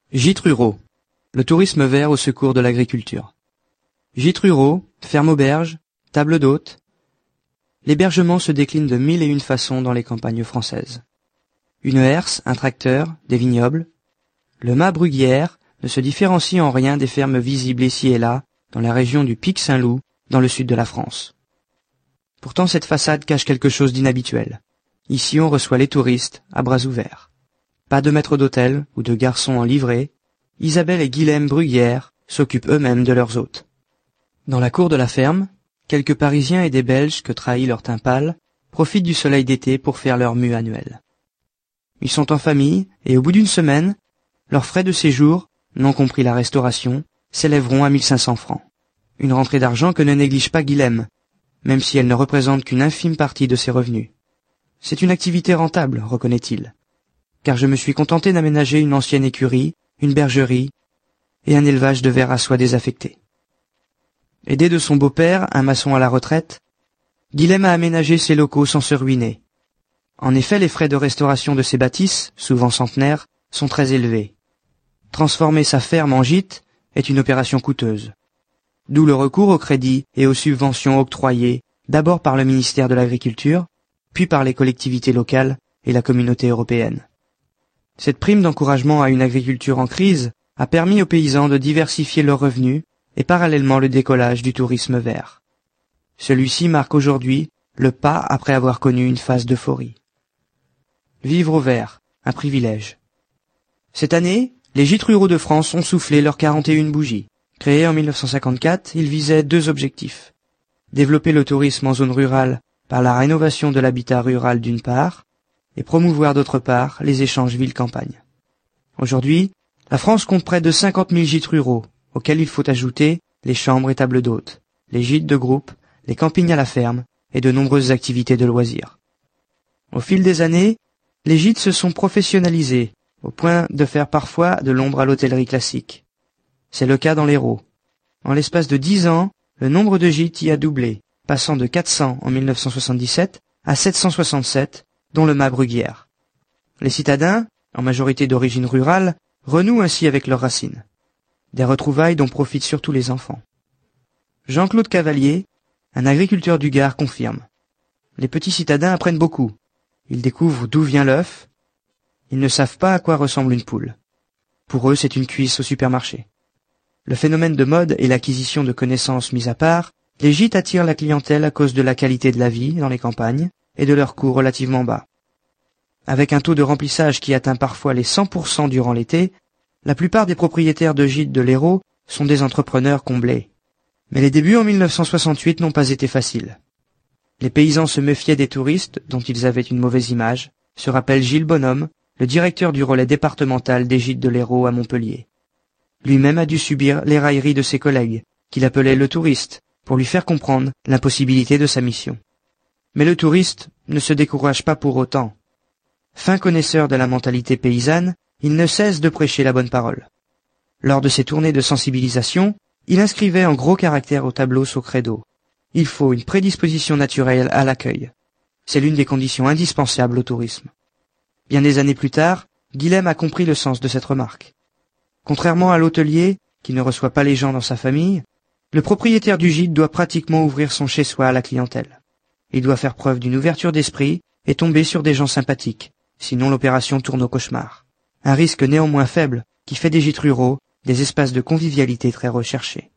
Gîtes ruraux. Le tourisme vert au secours de l'agriculture. Gîtes ruraux, fermes-auberges, tables d'hôtes. L'hébergement se décline de 1001 façons dans les campagnes françaises. Une herse, un tracteur, des vignobles. Le mât bruguière ne se différencie en rien des fermes visibles ici et là dans la région du Pic Saint-Loup, dans le sud de la France. Pourtant cette façade cache quelque chose d'inhabituel. Ici on reçoit les touristes à bras ouverts. Pas de maître d'hôtel ou de garçons en livrée, Isabelle et Guilhem Bruguière s'occupent eux-mêmes de leurs hôtes. Dans la cour de la ferme, quelques Parisiens et des Belges que trahit leur teint pâle profitent du soleil d'été pour faire leur mue annuelle. Ils sont en famille et au bout d'une semaine, leurs frais de séjour, non compris la restauration, s'élèveront à 1500 francs. Une rentrée d'argent que ne néglige pas Guilhem, même si elle ne représente qu'une infime partie de ses revenus. C'est une activité rentable, reconnaît-il, car je me suis contenté d'aménager une ancienne écurie, une bergerie et un élevage de vers à soie désaffecté. Aidé de son beau-père, un maçon à la retraite, Guilhem a aménagé ses locaux sans se ruiner. En effet, les frais de restauration de ces bâtisses, souvent centenaires, sont très élevés. Transformer sa ferme en gîte est une opération coûteuse. D'où le recours au crédit et aux subventions octroyées d'abord par le ministère de l'Agriculture, puis par les collectivités locales et la communauté européenne. Cette prime d'encouragement à une agriculture en crise a permis aux paysans de diversifier leurs revenus et parallèlement le décollage du tourisme vert. Celui-ci marque aujourd'hui le pas après avoir connu une phase d'euphorie. Vivre au vert, un privilège. Cette année, les gîtes ruraux de France ont soufflé leurs 41 bougies. Créés en 1954, ils visaient deux objectifs. Développer le tourisme en zone rurale par la rénovation de l'habitat rural d'une part, et promouvoir d'autre part les échanges ville-campagne. Aujourd'hui, la France compte près de 50 000 gîtes ruraux, auxquels il faut ajouter les chambres et tables d'hôtes, les gîtes de groupe, les campings à la ferme et de nombreuses activités de loisirs. Au fil des années, les gîtes se sont professionnalisés, au point de faire parfois de l'ombre à l'hôtellerie classique. C'est le cas dans l'Hérault. En l'espace de 10 ans, le nombre de gîtes y a doublé, passant de 400 en 1977 à 767, dont le mât Bruguière. Les citadins, en majorité d'origine rurale, renouent ainsi avec leurs racines. Des retrouvailles dont profitent surtout les enfants. Jean-Claude Cavalier, un agriculteur du Gard, confirme. Les petits citadins apprennent beaucoup. Ils découvrent d'où vient l'œuf. Ils ne savent pas à quoi ressemble une poule. Pour eux, c'est une cuisse au supermarché. Le phénomène de mode et l'acquisition de connaissances mis à part, les gîtes attirent la clientèle à cause de la qualité de la vie dans les campagnes et de leur coût relativement bas. Avec un taux de remplissage qui atteint parfois les 100% durant l'été, la plupart des propriétaires de gîtes de l'Hérault sont des entrepreneurs comblés. Mais les débuts en 1968 n'ont pas été faciles. Les paysans se méfiaient des touristes, dont ils avaient une mauvaise image, se rappelle Gilles Bonhomme, le directeur du relais départemental des gîtes de l'Hérault à Montpellier. Lui-même a dû subir les railleries de ses collègues, qu'il appelait le touriste, pour lui faire comprendre l'impossibilité de sa mission. Mais le touriste ne se décourage pas pour autant. Fin connaisseur de la mentalité paysanne, il ne cesse de prêcher la bonne parole. Lors de ses tournées de sensibilisation, il inscrivait en gros caractères au tableau son credo. Il faut une prédisposition naturelle à l'accueil. C'est l'une des conditions indispensables au tourisme. Bien des années plus tard, Guilhem a compris le sens de cette remarque. Contrairement à l'hôtelier, qui ne reçoit pas les gens dans sa famille, le propriétaire du gîte doit pratiquement ouvrir son chez-soi à la clientèle. Il doit faire preuve d'une ouverture d'esprit et tomber sur des gens sympathiques, sinon l'opération tourne au cauchemar. Un risque néanmoins faible qui fait des gîtes ruraux des espaces de convivialité très recherchés.